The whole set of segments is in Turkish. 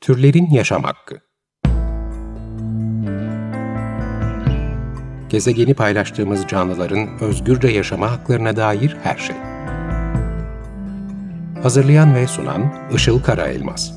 Türlerin yaşam hakkı. Gezegeni paylaştığımız canlıların özgürce yaşama haklarına dair her şey. Hazırlayan ve sunan Işıl Karaelmaz.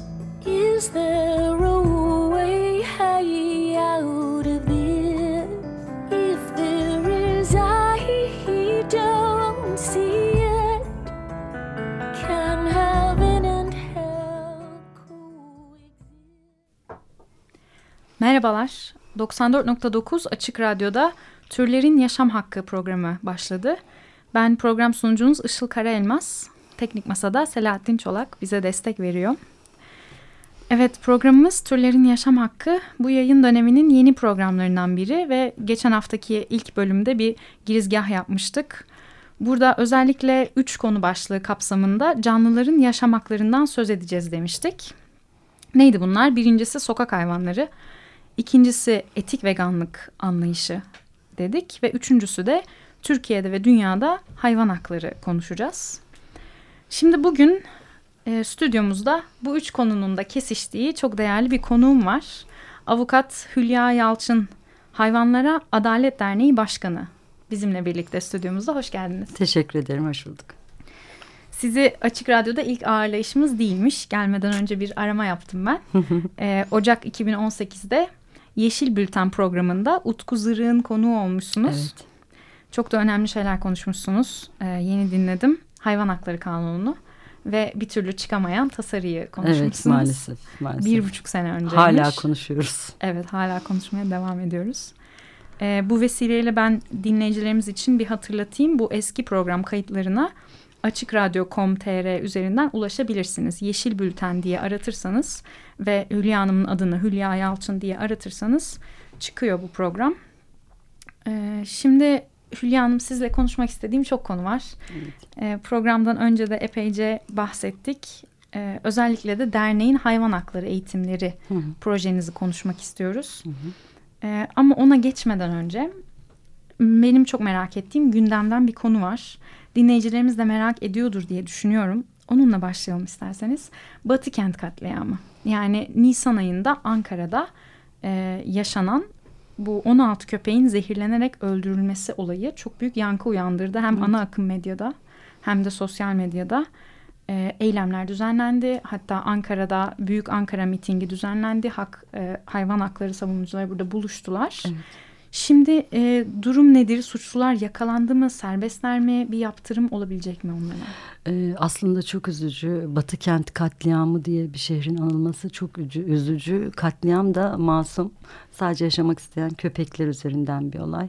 Merhabalar, 94.9 Açık Radyo'da Türlerin Yaşam Hakkı programı başladı. Ben program sunucunuz Işıl Karaelmaz. Teknik Masa'da Selahattin Çolak bize destek veriyor. Evet, programımız Türlerin Yaşam Hakkı bu yayın döneminin yeni programlarından biri ve geçen haftaki ilk bölümde bir girizgah yapmıştık. Burada özellikle 3 konu başlığı kapsamında canlıların yaşam haklarından söz edeceğiz demiştik. Neydi bunlar? Birincisi sokak hayvanları. İkincisi etik veganlık anlayışı dedik ve üçüncüsü de Türkiye'de ve dünyada hayvan hakları konuşacağız. Şimdi bugün stüdyomuzda bu üç konunun da kesiştiği çok değerli bir konuğum var. Avukat Hülya Yalçın, Hayvanlara Adalet Derneği Başkanı. Bizimle birlikte stüdyomuzda, hoş geldiniz. Teşekkür ederim, hoş bulduk. Sizi Açık Radyo'da ilk ağırlayışımız değilmiş. Gelmeden önce bir arama yaptım ben. Ocak 2018'de Yeşil Bülten programında Utku Zırık'ın konuğu olmuşsunuz. Evet. Çok da önemli şeyler konuşmuşsunuz. Yeni dinledim. Hayvan Hakları Kanunu'nu ve bir türlü çıkamayan tasarıyı konuşmuşsunuz. Evet, maalesef. 1,5 sene önceymiş. Hala konuşuyoruz. Evet, hala konuşmaya devam ediyoruz. Bu vesileyle ben dinleyicilerimiz için bir hatırlatayım. Bu eski program kayıtlarına açıkradyo.com.tr üzerinden ulaşabilirsiniz. Yeşil Bülten diye aratırsanız ve Hülya Hanım'ın adını Hülya Yalçın diye aratırsanız çıkıyor bu program. Şimdi Hülya Hanım, sizle konuşmak istediğim çok konu var. Evet. Programdan önce de epeyce bahsettik. Özellikle de derneğin hayvan hakları eğitimleri projenizi konuşmak istiyoruz. Ama ona geçmeden önce benim çok merak ettiğim gündemden bir konu var. Dinleyicilerimiz de merak ediyordur diye düşünüyorum. Onunla başlayalım isterseniz. Batıkent katliamı. Yani Nisan ayında Ankara'da yaşanan bu 16 köpeğin zehirlenerek öldürülmesi olayı çok büyük yankı uyandırdı. Hem ana akım medyada hem de sosyal medyada eylemler düzenlendi. Hatta Ankara'da Büyük Ankara mitingi düzenlendi. Hayvan hakları savunucuları burada buluştular. Evet. Şimdi durum nedir? Suçlular yakalandı mı? Serbestler mi? Bir yaptırım olabilecek mi onlara? Aslında çok üzücü. Batıkent katliamı diye bir şehrin anılması çok üzücü. Katliam da masum. Sadece yaşamak isteyen köpekler üzerinden bir olay.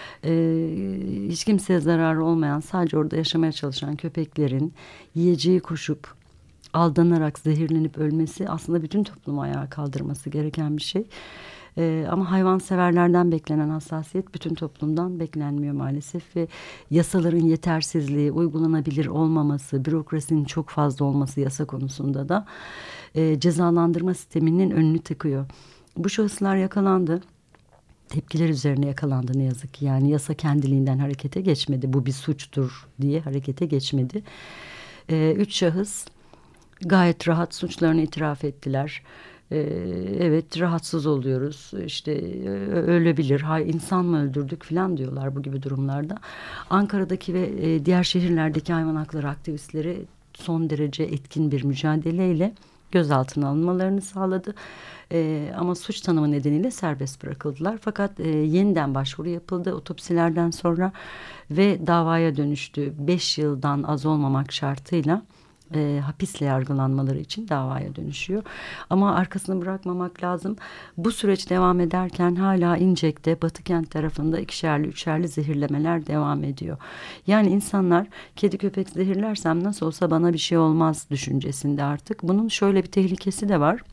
Hiç kimseye zararı olmayan, sadece orada yaşamaya çalışan köpeklerin yiyeceği koşup aldanarak zehirlenip ölmesi aslında bütün toplumu ayağa kaldırması gereken bir şey. Ama hayvanseverlerden beklenen hassasiyet bütün toplumdan beklenmiyor maalesef ve yasaların yetersizliği, uygulanabilir olmaması, bürokrasinin çok fazla olması yasa konusunda da cezalandırma sisteminin önünü tıkıyor. Bu şahıslar yakalandı. Tepkiler üzerine yakalandı ne yazık ki. Yani yasa kendiliğinden harekete geçmedi. Bu bir suçtur diye harekete geçmedi. 3 şahıs gayet rahat suçlarını itiraf ettiler. Evet, rahatsız oluyoruz, işte ölebilir, insan mı öldürdük falan diyorlar bu gibi durumlarda. Ankara'daki ve diğer şehirlerdeki hayvan hakları aktivistleri son derece etkin bir mücadeleyle gözaltına alınmalarını sağladı. Ama suç tanımı nedeniyle serbest bırakıldılar. Fakat yeniden başvuru yapıldı otopsilerden sonra ve davaya dönüştü. 5 yıldan az olmamak şartıyla hapisle yargılanmaları için davaya dönüşüyor. Ama arkasını bırakmamak lazım. Bu süreç devam ederken hala İncek'te, Batıkent tarafında 2'şerli 3'şerli zehirlemeler devam ediyor. Yani insanlar kedi köpek zehirlersem nasıl olsa bana bir şey olmaz düşüncesinde artık. Bunun şöyle bir tehlikesi de var.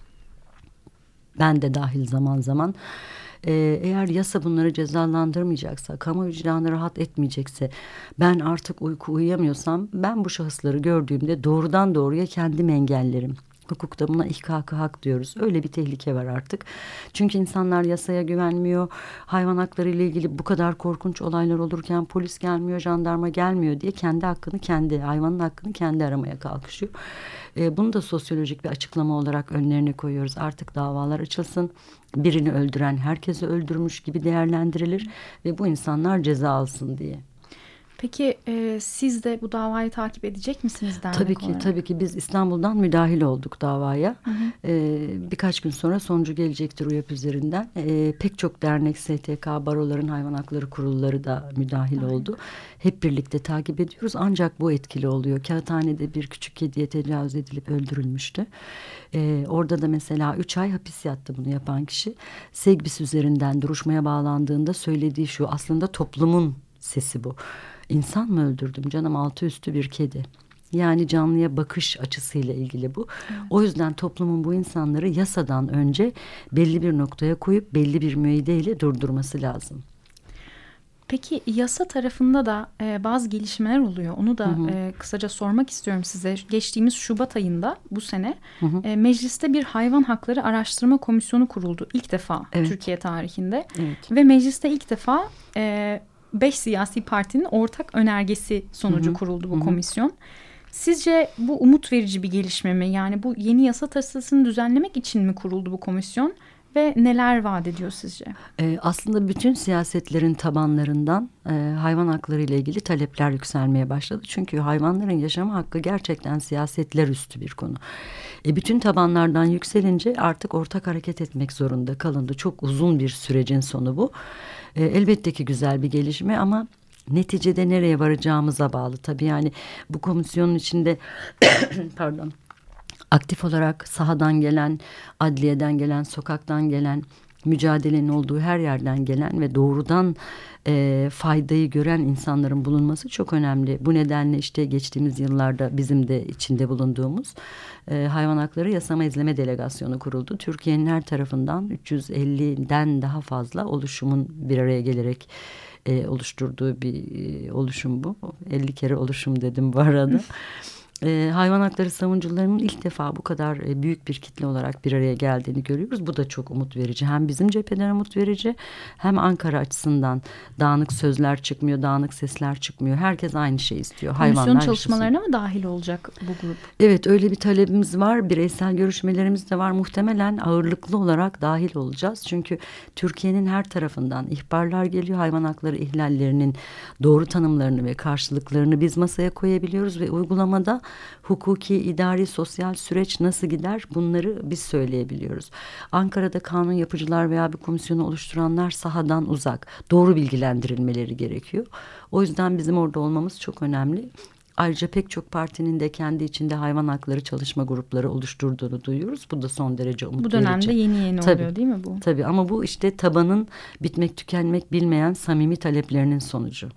Ben de dahil zaman zaman. Eğer yasa bunları cezalandırmayacaksa, kamu vicdanı rahat etmeyecekse, ben artık uyuyamıyorsam ben bu şahısları gördüğümde doğrudan doğruya kendim engellerim. Hukukta buna ihkakı hak diyoruz. Öyle bir tehlike var artık. Çünkü insanlar yasaya güvenmiyor. Hayvan hakları ile ilgili bu kadar korkunç olaylar olurken polis gelmiyor, jandarma gelmiyor diye kendi hakkını kendi, hayvanın hakkını kendi aramaya kalkışıyor. Bunu da sosyolojik bir açıklama olarak önlerine koyuyoruz. Artık davalar açılsın. Birini öldüren herkesi öldürmüş gibi değerlendirilir ve bu insanlar ceza alsın diye. Peki siz de bu davayı takip edecek misiniz dernek olarak? Tabii ki biz İstanbul'dan müdahil olduk davaya. Birkaç gün sonra sonucu gelecektir UYAP üzerinden. Pek çok dernek, STK, baroların, hayvan hakları kurulları da müdahil oldu. Hep birlikte takip ediyoruz ancak bu etkili oluyor. Kağıthane'de bir küçük kediye tecavüz edilip öldürülmüştü. Orada da mesela 3 ay hapis yattı bunu yapan kişi. Segbis üzerinden duruşmaya bağlandığında söylediği şu, aslında toplumun sesi bu. İnsan mı öldürdüm canım, altı üstü bir kedi. Yani canlıya bakış açısıyla ilgili bu. Evet. O yüzden toplumun bu insanları yasadan önce belli bir noktaya koyup belli bir müeyyideyle durdurması lazım. Peki yasa tarafında da bazı gelişmeler oluyor. Onu da kısaca sormak istiyorum size. Geçtiğimiz Şubat ayında bu sene mecliste bir hayvan hakları araştırma komisyonu kuruldu. İlk defa Türkiye tarihinde. Evet. Ve mecliste ilk defa 5 siyasi partinin ortak önergesi sonucu kuruldu bu komisyon. Sizce bu umut verici bir gelişme mi? Yani bu yeni yasa tasarısını düzenlemek için mi kuruldu bu komisyon? Ve neler vaat ediyor sizce? Aslında bütün siyasetlerin tabanlarından hayvan hakları ile ilgili talepler yükselmeye başladı. Çünkü hayvanların yaşama hakkı gerçekten siyasetler üstü bir konu. Bütün tabanlardan yükselince artık ortak hareket etmek zorunda kalındı. Çok uzun bir sürecin sonu bu. Elbette ki güzel bir gelişme ama neticede nereye varacağımıza bağlı. Tabii yani bu komisyonun içinde pardon, aktif olarak sahadan gelen, adliyeden gelen, sokaktan gelen, mücadelenin olduğu her yerden gelen ve doğrudan faydayı gören insanların bulunması çok önemli. Bu nedenle işte geçtiğimiz yıllarda bizim de içinde bulunduğumuz hayvan hakları yasama izleme delegasyonu kuruldu. Türkiye'nin her tarafından 350'den daha fazla oluşumun bir araya gelerek oluşturduğu bir oluşum bu. 50 kere oluşum dedim bu arada. Hayvan hakları savunucularının ilk defa bu kadar büyük bir kitle olarak bir araya geldiğini görüyoruz. Bu da çok umut verici. Hem bizim cepheden umut verici hem Ankara açısından dağınık sözler çıkmıyor, dağınık sesler çıkmıyor. Herkes aynı şeyi istiyor. Komisyon çalışmalarına mı dahil olacak bu grup? Evet, öyle bir talebimiz var. Bireysel görüşmelerimiz de var. Muhtemelen ağırlıklı olarak dahil olacağız. Çünkü Türkiye'nin her tarafından ihbarlar geliyor. Hayvan hakları ihlallerinin doğru tanımlarını ve karşılıklarını biz masaya koyabiliyoruz ve uygulamada hukuki, idari, sosyal süreç nasıl gider bunları biz söyleyebiliyoruz. Ankara'da kanun yapıcılar veya bir komisyonu oluşturanlar sahadan uzak. Doğru bilgilendirilmeleri gerekiyor. O yüzden bizim orada olmamız çok önemli. Ayrıca pek çok partinin de kendi içinde hayvan hakları çalışma grupları oluşturduğunu duyuyoruz. Bu da son derece umut verici. Bu dönemde yeni oluyor değil mi bu? Tabii ama bu işte tabanın bitmek tükenmek bilmeyen samimi taleplerinin sonucu.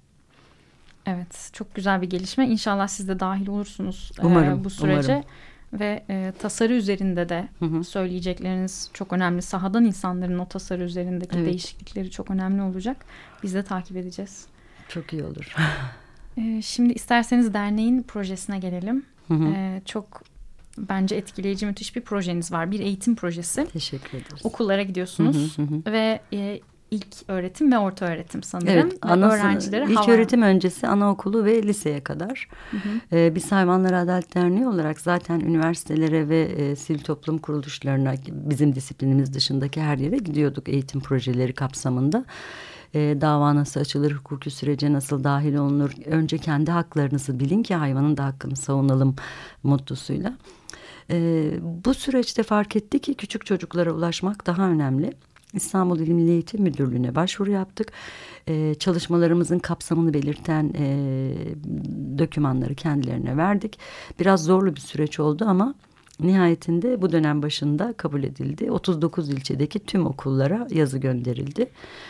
Evet, çok güzel bir gelişme. İnşallah siz de dahil olursunuz bu sürece. Umarım. Ve tasarı üzerinde de söyleyecekleriniz çok önemli. Sahadan insanların o tasarı üzerindeki değişiklikleri çok önemli olacak. Biz de takip edeceğiz. Çok iyi olur. Şimdi isterseniz derneğin projesine gelelim. Çok bence etkileyici, müthiş bir projeniz var. Bir eğitim projesi. Teşekkür ederiz. Okullara gidiyorsunuz ve İlk öğretim ve orta öğretim sanırım. Evet, ilk öğretim öncesi anaokulu ve liseye kadar. Biz Hayvanlara Adalet Derneği olarak zaten üniversitelere ve sivil toplum kuruluşlarına, bizim disiplinimiz dışındaki her yere gidiyorduk eğitim projeleri kapsamında. Dava nasıl açılır, hukuki sürece nasıl dahil olunur, önce kendi haklarınızı bilin ki hayvanın da hakkını savunalım mottosuyla. Bu süreçte fark ettik ki küçük çocuklara ulaşmak daha önemli. İstanbul İl Milli Eğitim Müdürlüğü'ne başvuru yaptık. Çalışmalarımızın kapsamını belirten dokümanları kendilerine verdik. Biraz zorlu bir süreç oldu ama nihayetinde bu dönem başında kabul edildi. 39 ilçedeki tüm okullara yazı gönderildi.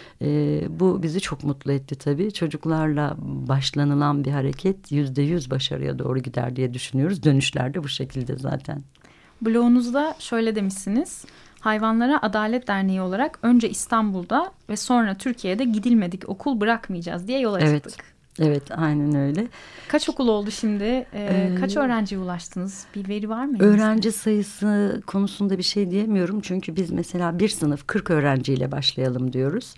Bu bizi çok mutlu etti tabii. Çocuklarla başlanılan bir hareket %100 başarıya doğru gider diye düşünüyoruz. Dönüşler de bu şekilde zaten. Blogunuzda şöyle demişsiniz. Hayvanlara Adalet Derneği olarak önce İstanbul'da ve sonra Türkiye'de gidilmedik okul bırakmayacağız diye yola çıktık. Evet, aynen öyle. Kaç okul oldu şimdi? Kaç öğrenciye ulaştınız? Bir veri var mı? Öğrenci sayısı konusunda bir şey diyemiyorum. Çünkü biz mesela bir sınıf 40 öğrenciyle başlayalım diyoruz.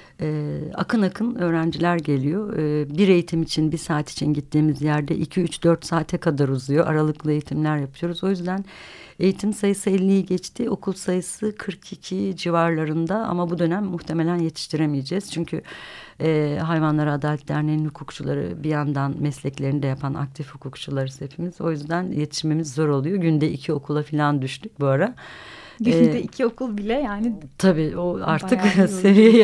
Akın akın öğrenciler geliyor. Bir eğitim için, bir saat için gittiğimiz yerde 2-3-4 saate kadar uzuyor. Aralıklı eğitimler yapıyoruz. O yüzden eğitim sayısı 50'yi geçti. Okul sayısı 42 civarlarında ama bu dönem muhtemelen yetiştiremeyeceğiz. Çünkü Hayvanlara Adalet Derneği'nin hukukçuları bir yandan mesleklerini de yapan aktif hukukçularız hepimiz. O yüzden yetişmemiz zor oluyor. Günde 2 okula falan düştük bu ara. Günde 2 okul bile yani. Tabii o artık seviye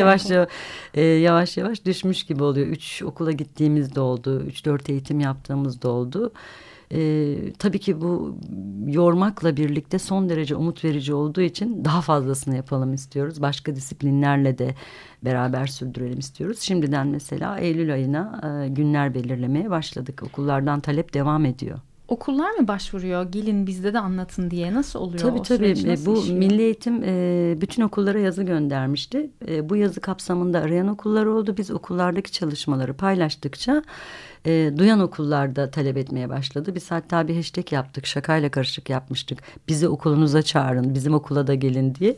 yavaş yavaş düşmüş gibi oluyor. 3 okula gittiğimiz de oldu. 3-4 eğitim yaptığımız da oldu. Tabii ki bu yormakla birlikte son derece umut verici olduğu için daha fazlasını yapalım istiyoruz. Başka disiplinlerle de beraber sürdürelim istiyoruz. Şimdiden mesela Eylül ayına günler belirlemeye başladık. Okullardan talep devam ediyor. Okullar mı başvuruyor? Gelin bizde de anlatın diye. Nasıl oluyor? Tabii. Bu işliyor? Milli Eğitim bütün okullara yazı göndermişti. Bu yazı kapsamında arayan okullar oldu. Biz okullardaki çalışmaları paylaştıkça duyan okullarda talep etmeye başladı. Biz hatta bir hashtag yaptık. Şakayla karışık yapmıştık. Bizi okulunuza çağırın, bizim okula da gelin diye.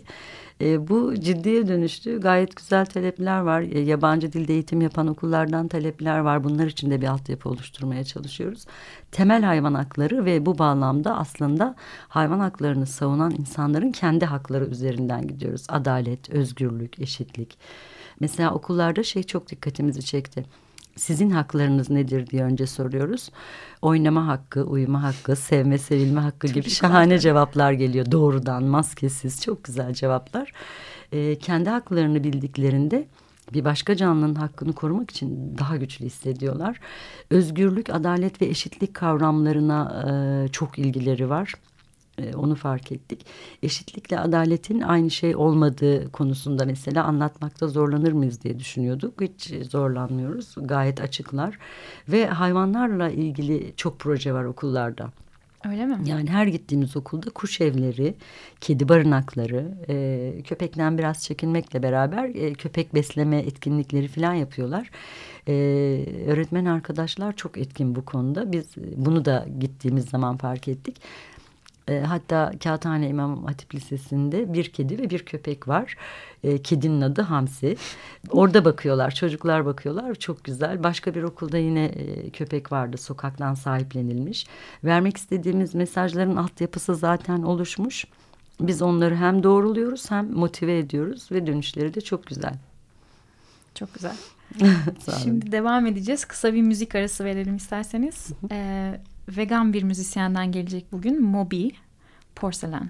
Bu ciddiye dönüştü. Gayet güzel talepler var. Yabancı dilde eğitim yapan okullardan talepler var. Bunlar için de bir altyapı oluşturmaya çalışıyoruz. Temel hayvan hakları ve bu bağlamda aslında hayvan haklarını savunan insanların kendi hakları üzerinden gidiyoruz. Adalet, özgürlük, eşitlik. Mesela okullarda çok dikkatimizi çekti. Sizin haklarınız nedir diye önce soruyoruz. Oynama hakkı, uyuma hakkı, sevme, sevilme hakkı gibi şahane cevaplar geliyor. Doğrudan, maskesiz, çok güzel cevaplar. Kendi haklarını bildiklerinde bir başka canlının hakkını korumak için daha güçlü hissediyorlar. Özgürlük, adalet ve eşitlik kavramlarına çok ilgileri var. Onu fark ettik. Eşitlikle adaletin aynı şey olmadığı konusunda mesela anlatmakta zorlanır mıyız diye düşünüyorduk. Hiç zorlanmıyoruz. Gayet açıklar. Ve hayvanlarla ilgili çok proje var okullarda. Öyle mi? Yani her gittiğimiz okulda kuş evleri, kedi barınakları, köpekten biraz çekinmekle beraber köpek besleme etkinlikleri falan yapıyorlar. Öğretmen arkadaşlar çok etkin bu konuda. Biz bunu da gittiğimiz zaman fark ettik. Hatta Kağıthane İmam Hatip Lisesi'nde bir kedi ve bir köpek var. Kedinin adı Hamsi. Orada bakıyorlar, çocuklar bakıyorlar. Çok güzel. Başka bir okulda yine köpek vardı, sokaktan sahiplenilmiş. Vermek istediğimiz mesajların altyapısı zaten oluşmuş. Biz onları hem doğruluyoruz hem motive ediyoruz ve dönüşleri de çok güzel. Çok güzel. Şimdi devam edeceğiz. Kısa bir müzik arası verelim isterseniz. Vegan bir müzisyenden gelecek bugün. Moby, Porselen.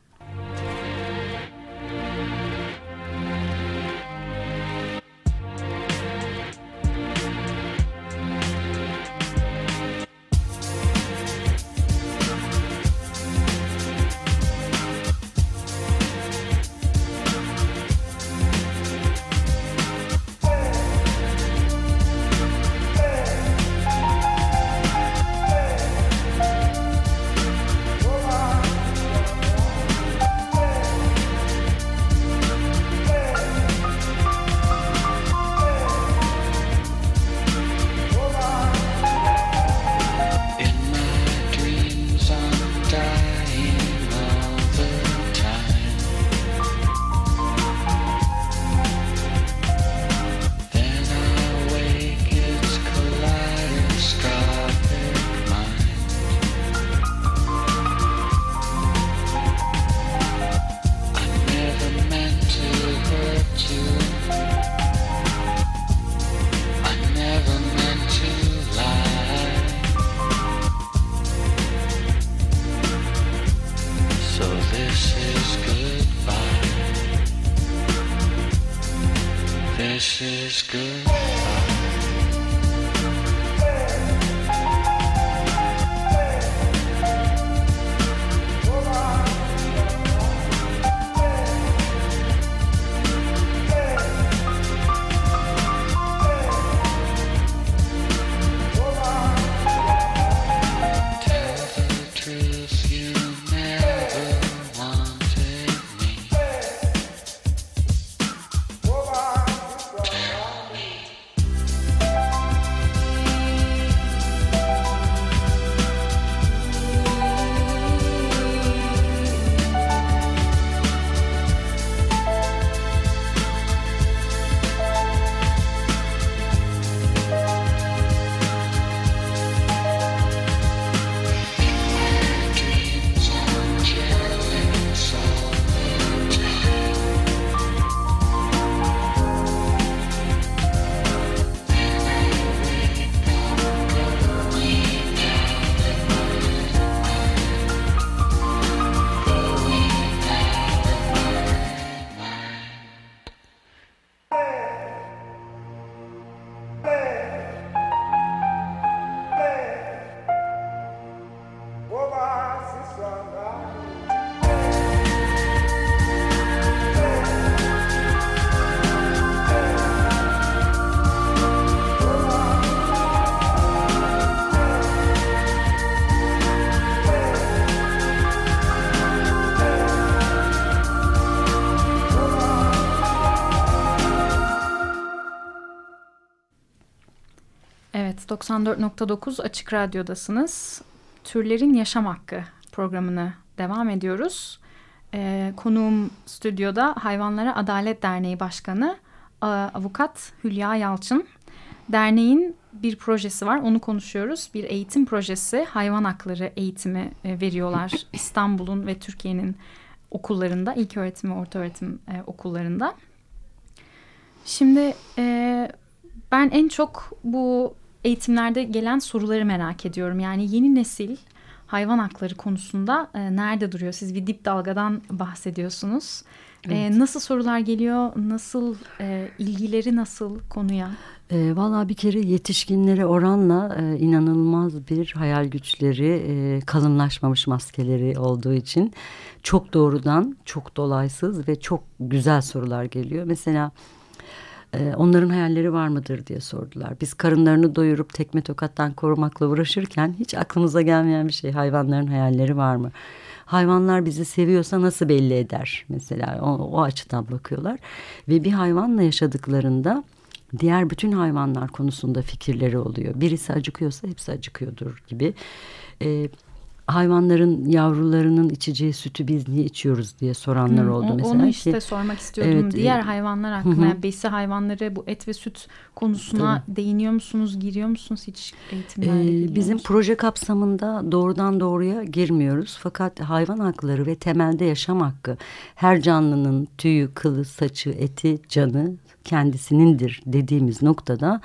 This is good. 94.9 Açık Radyo'dasınız. Türlerin Yaşam Hakkı programını devam ediyoruz. Konuğum stüdyoda Hayvanlara Adalet Derneği Başkanı Avukat Hülya Yalçın. Derneğin bir projesi var, onu konuşuyoruz. Bir eğitim projesi, hayvan hakları eğitimi veriyorlar İstanbul'un ve Türkiye'nin okullarında, ilköğretim ve ortaöğretim okullarında. Şimdi ben en çok bu eğitimlerde gelen soruları merak ediyorum. Yani yeni nesil hayvan hakları konusunda nerede duruyor? Siz bir dip dalgadan bahsediyorsunuz. Evet. Nasıl sorular geliyor? Nasıl ilgileri nasıl konuya? Vallahi bir kere yetişkinlere oranla inanılmaz bir hayal güçleri, kalınlaşmamış maskeleri olduğu için çok doğrudan, çok dolaysız ve çok güzel sorular geliyor. Mesela onların hayalleri var mıdır diye sordular. Biz karınlarını doyurup tekme tokattan korumakla uğraşırken hiç aklımıza gelmeyen bir şey, hayvanların hayalleri var mı? Hayvanlar bizi seviyorsa nasıl belli eder? Mesela o açıdan bakıyorlar. Ve bir hayvanla yaşadıklarında diğer bütün hayvanlar konusunda fikirleri oluyor. Birisi acıkıyorsa hepsi acıkıyordur gibi. Hayvanların yavrularının içeceği sütü biz niye içiyoruz diye soranlar oldu mesela. Onu işte sormak istiyordum. Evet, diğer hayvanlar hakkında, yani besi hayvanları, bu et ve süt konusuna değiniyor musunuz, giriyor musunuz hiç eğitimlerde? Bizim proje kapsamında doğrudan doğruya girmiyoruz. Fakat hayvan hakları ve temelde yaşam hakkı, her canlının tüyü, kılı, saçı, eti, canı kendisinindir dediğimiz noktada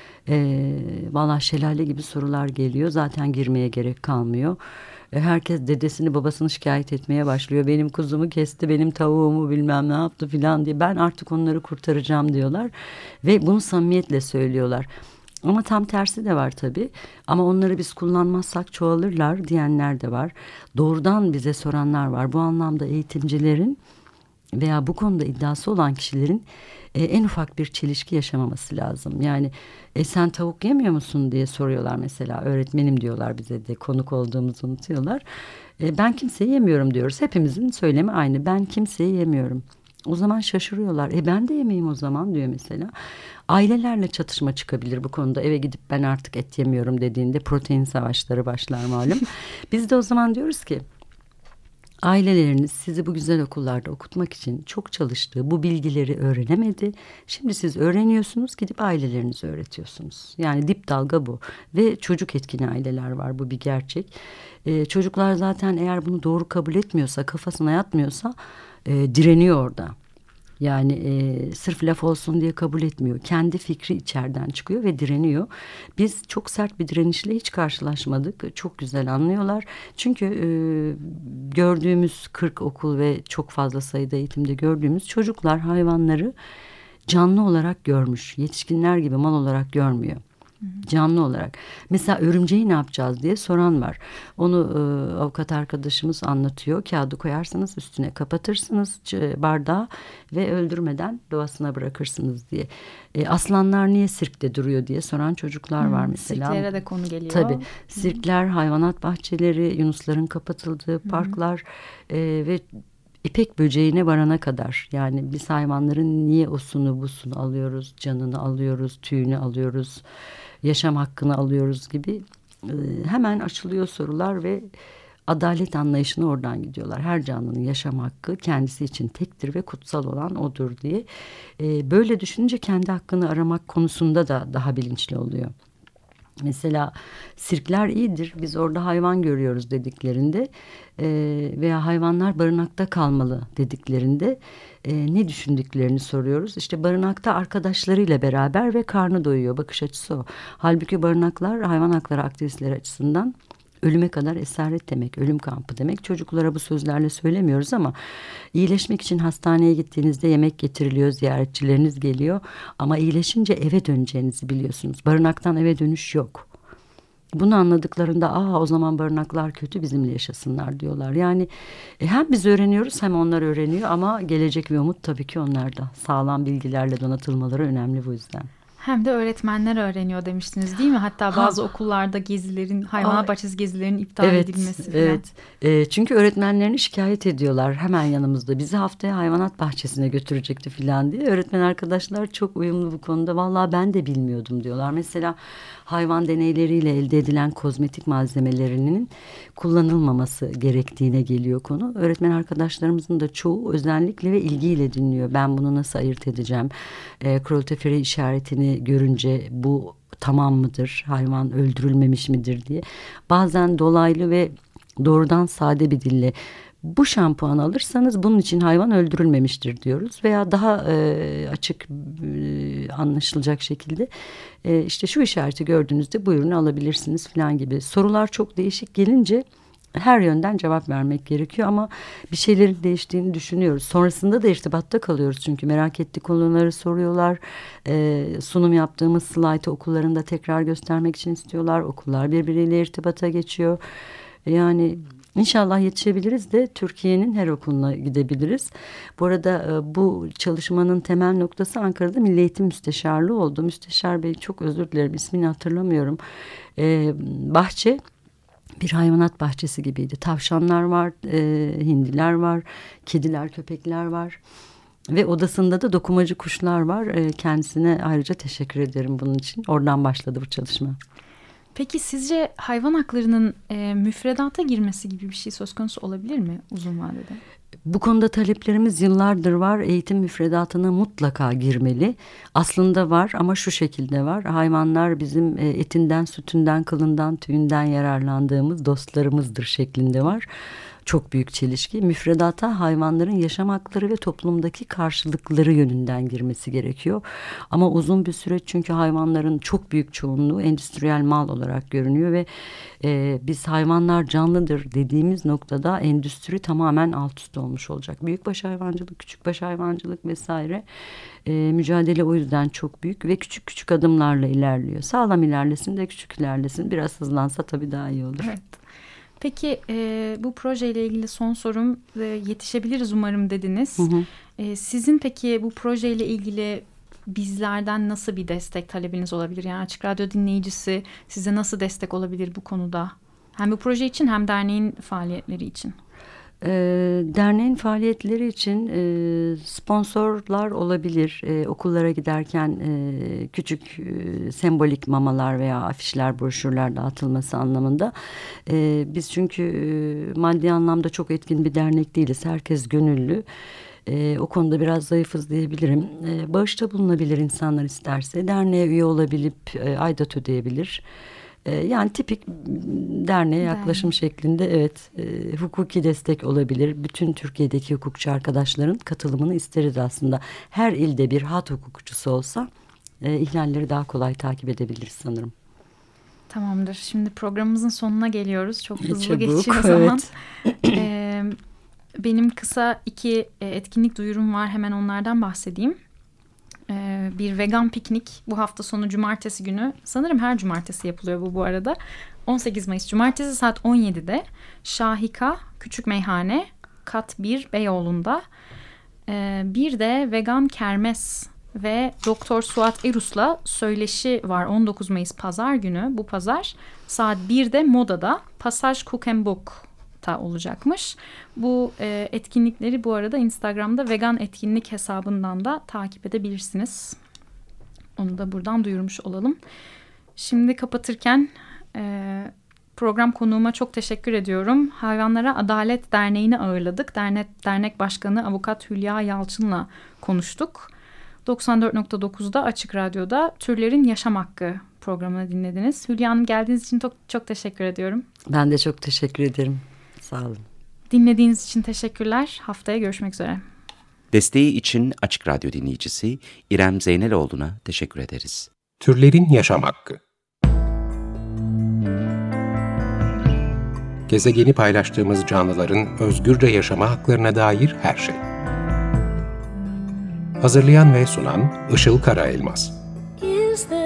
vallahi şelale gibi sorular geliyor. Zaten girmeye gerek kalmıyor. Herkes dedesini babasını şikayet etmeye başlıyor. Benim kuzumu kesti, benim tavuğumu bilmem ne yaptı filan diye. Ben artık onları kurtaracağım diyorlar. Ve bunu samimiyetle söylüyorlar. Ama tam tersi de var tabii. Ama onları biz kullanmazsak çoğalırlar diyenler de var. Doğrudan bize soranlar var. Bu anlamda eğitimcilerin veya bu konuda iddiası olan kişilerin en ufak bir çelişki yaşamaması lazım. Yani sen tavuk yemiyor musun diye soruyorlar mesela. Öğretmenim diyorlar, bize de konuk olduğumuzu unutuyorlar. Ben kimseyi yemiyorum diyoruz. Hepimizin söylemi aynı. Ben kimseyi yemiyorum. O zaman şaşırıyorlar. Ben de yemeyeyim o zaman diyor mesela. Ailelerle çatışma çıkabilir bu konuda. Eve gidip ben artık et yemiyorum dediğinde protein savaşları başlar malum. Biz de o zaman diyoruz ki aileleriniz sizi bu güzel okullarda okutmak için çok çalıştı. Bu bilgileri öğrenemedi. Şimdi siz öğreniyorsunuz, gidip ailelerinize öğretiyorsunuz. Yani dip dalga bu. Ve çocuk etkini aileler var, bu bir gerçek. Çocuklar zaten eğer bunu doğru kabul etmiyorsa, kafasına yatmıyorsa direniyor orada. Yani sırf laf olsun diye kabul etmiyor. Kendi fikri içeriden çıkıyor ve direniyor. Biz çok sert bir direnişle hiç karşılaşmadık. Çok güzel anlıyorlar. Çünkü gördüğümüz 40 okul ve çok fazla sayıda eğitimde gördüğümüz çocuklar hayvanları canlı olarak görmüş. Yetişkinler gibi mal olarak görmüyor. Canlı olarak. Mesela örümceği ne yapacağız diye soran var. Onu avukat arkadaşımız anlatıyor. Kağıdı koyarsınız, üstüne kapatırsınız bardağı ve öldürmeden doğasına bırakırsınız diye. Aslanlar niye sirkte duruyor diye soran çocuklar var mesela. Sirklere de konu geliyor. Tabii. Sirkler, hayvanat bahçeleri, yunusların kapatıldığı parklar ve İpek böceğine varana kadar, yani biz hayvanların niye osunu busunu alıyoruz, canını alıyoruz, tüyünü alıyoruz, yaşam hakkını alıyoruz gibi hemen açılıyor sorular ve adalet anlayışına oradan gidiyorlar. Her canlının yaşam hakkı kendisi için tektir ve kutsal olan odur diye. Böyle düşününce kendi hakkını aramak konusunda da daha bilinçli oluyor. Mesela sirkler iyidir, biz orada hayvan görüyoruz dediklerinde veya hayvanlar barınakta kalmalı dediklerinde ne düşündüklerini soruyoruz. İşte barınakta arkadaşlarıyla beraber ve karnı doyuyor, bakış açısı o. Halbuki barınaklar hayvan hakları aktivistleri açısından ölüme kadar esaret demek, ölüm kampı demek. Çocuklara bu sözlerle söylemiyoruz ama iyileşmek için hastaneye gittiğinizde yemek getiriliyor, ziyaretçileriniz geliyor. Ama iyileşince eve döneceğinizi biliyorsunuz. Barınaktan eve dönüş yok. Bunu anladıklarında o zaman barınaklar kötü, bizimle yaşasınlar diyorlar. Yani hem biz öğreniyoruz hem onlar öğreniyor ama gelecek ve umut tabii ki onlarda. Sağlam bilgilerle donatılmaları önemli bu yüzden. Hem de öğretmenler öğreniyor demiştiniz değil mi? Hatta bazı okullarda gezilerin, hayvanat bahçesi gezilerinin iptal edilmesi falan. Evet. Çünkü öğretmenlerini şikayet ediyorlar hemen yanımızda. Bizi haftaya hayvanat bahçesine götürecekti falan diye. Öğretmen arkadaşlar çok uyumlu bu konuda. Vallahi ben de bilmiyordum diyorlar. Mesela hayvan deneyleriyle elde edilen kozmetik malzemelerinin kullanılmaması gerektiğine geliyor konu. Öğretmen arkadaşlarımızın da çoğu özellikle ve ilgiyle dinliyor. Ben bunu nasıl ayırt edeceğim? Krolatoferi işaretini görünce bu tamam mıdır? Hayvan öldürülmemiş midir diye. Bazen dolaylı ve doğrudan sade bir dille bu şampuanı alırsanız bunun için hayvan öldürülmemiştir diyoruz. Veya daha açık anlaşılacak şekilde işte şu işareti gördüğünüzde bu ürünü alabilirsiniz falan gibi. Sorular çok değişik gelince her yönden cevap vermek gerekiyor ama bir şeylerin değiştiğini düşünüyoruz. Sonrasında da irtibatta kalıyoruz çünkü merak ettiği konuları soruyorlar. Sunum yaptığımız slaytı okullarında tekrar göstermek için istiyorlar. Okullar birbiriyle irtibata geçiyor. Yani İnşallah yetişebiliriz de Türkiye'nin her okuluna gidebiliriz. Bu arada bu çalışmanın temel noktası Ankara'da Milli Eğitim Müsteşarlığı oldu. Müsteşar Bey, çok özür dilerim, ismini hatırlamıyorum. Bahçe bir hayvanat bahçesi gibiydi. Tavşanlar var, hindiler var, kediler, köpekler var. Ve odasında da dokumacı kuşlar var. Kendisine ayrıca teşekkür ederim bunun için. Oradan başladı bu çalışma. Peki sizce hayvan haklarının müfredata girmesi gibi bir şey söz konusu olabilir mi uzun vadede? Bu konuda taleplerimiz yıllardır var. Eğitim müfredatına mutlaka girmeli. Aslında var ama şu şekilde var. Hayvanlar bizim etinden, sütünden, kılından, tüyünden yararlandığımız dostlarımızdır şeklinde var. Çok büyük çelişki. Müfredata hayvanların yaşam hakları ve toplumdaki karşılıkları yönünden girmesi gerekiyor. Ama uzun bir süreç, çünkü hayvanların çok büyük çoğunluğu endüstriyel mal olarak görünüyor ve biz hayvanlar canlıdır dediğimiz noktada endüstri tamamen alt üst olmuş olacak. Büyükbaş hayvancılık, küçükbaş hayvancılık vesaire. Mücadele o yüzden çok büyük ve küçük küçük adımlarla ilerliyor. Sağlam ilerlesin de küçük ilerlesin. Biraz hızlansa tabii daha iyi olur. Evet. Peki bu projeyle ilgili son sorum, yetişebiliriz umarım dediniz. Hı hı. Sizin peki bu projeyle ilgili bizlerden nasıl bir destek talebiniz olabilir? Yani Açık Radyo dinleyicisi size nasıl destek olabilir bu konuda? Hem bu proje için hem derneğin faaliyetleri için. Derneğin faaliyetleri için sponsorlar olabilir. Okullara giderken küçük sembolik mamalar veya afişler, broşürler dağıtılması anlamında. Biz çünkü maddi anlamda çok etkin bir dernek değiliz. Herkes gönüllü. O konuda biraz zayıfız diyebilirim. Bağışta bulunabilir insanlar isterse. Derneğe üye olabilip aidat ödeyebilir. Yani tipik derneğe yaklaşım şeklinde, evet, hukuki destek olabilir. Bütün Türkiye'deki hukukçu arkadaşların katılımını isteriz aslında. Her ilde bir hat hukukçusu olsa ihlalleri daha kolay takip edebiliriz sanırım. Tamamdır. Şimdi programımızın sonuna geliyoruz. Çok hızlı Çabuk, geçiyor zaman. Benim kısa 2 etkinlik duyurum var. Hemen onlardan bahsedeyim. Bir vegan piknik bu hafta sonu cumartesi günü, sanırım her cumartesi yapılıyor bu arada, 18 Mayıs cumartesi saat 17'de Şahika Küçük Meyhane Kat 1 Beyoğlu'nda. Bir de vegan kermes ve Doktor Suat Erus'la söyleşi var 19 Mayıs pazar günü. Bu pazar saat 1'de Moda'da Pasaj Cook and Book'ta olacakmış. Bu etkinlikleri bu arada Instagram'da vegan etkinlik hesabından da takip edebilirsiniz. Onu da buradan duyurmuş olalım. Şimdi kapatırken program konuğuma çok teşekkür ediyorum. Hayvanlara Adalet Derneği'ni ağırladık. Dernek Başkanı Avukat Hülya Yalçın'la konuştuk. 94.9'da Açık Radyo'da Türlerin Yaşam Hakkı programını dinlediniz. Hülya Hanım, geldiğiniz için çok teşekkür ediyorum. Ben de çok teşekkür ederim. Sağ olun. Dinlediğiniz için teşekkürler. Haftaya görüşmek üzere. Desteği için Açık Radyo dinleyicisi İrem Zeyneloğlu'na teşekkür ederiz. Türlerin Yaşam Hakkı. Gezegeni paylaştığımız canlıların özgürce yaşama haklarına dair her şey. Hazırlayan ve sunan Işıl Karaelmaz.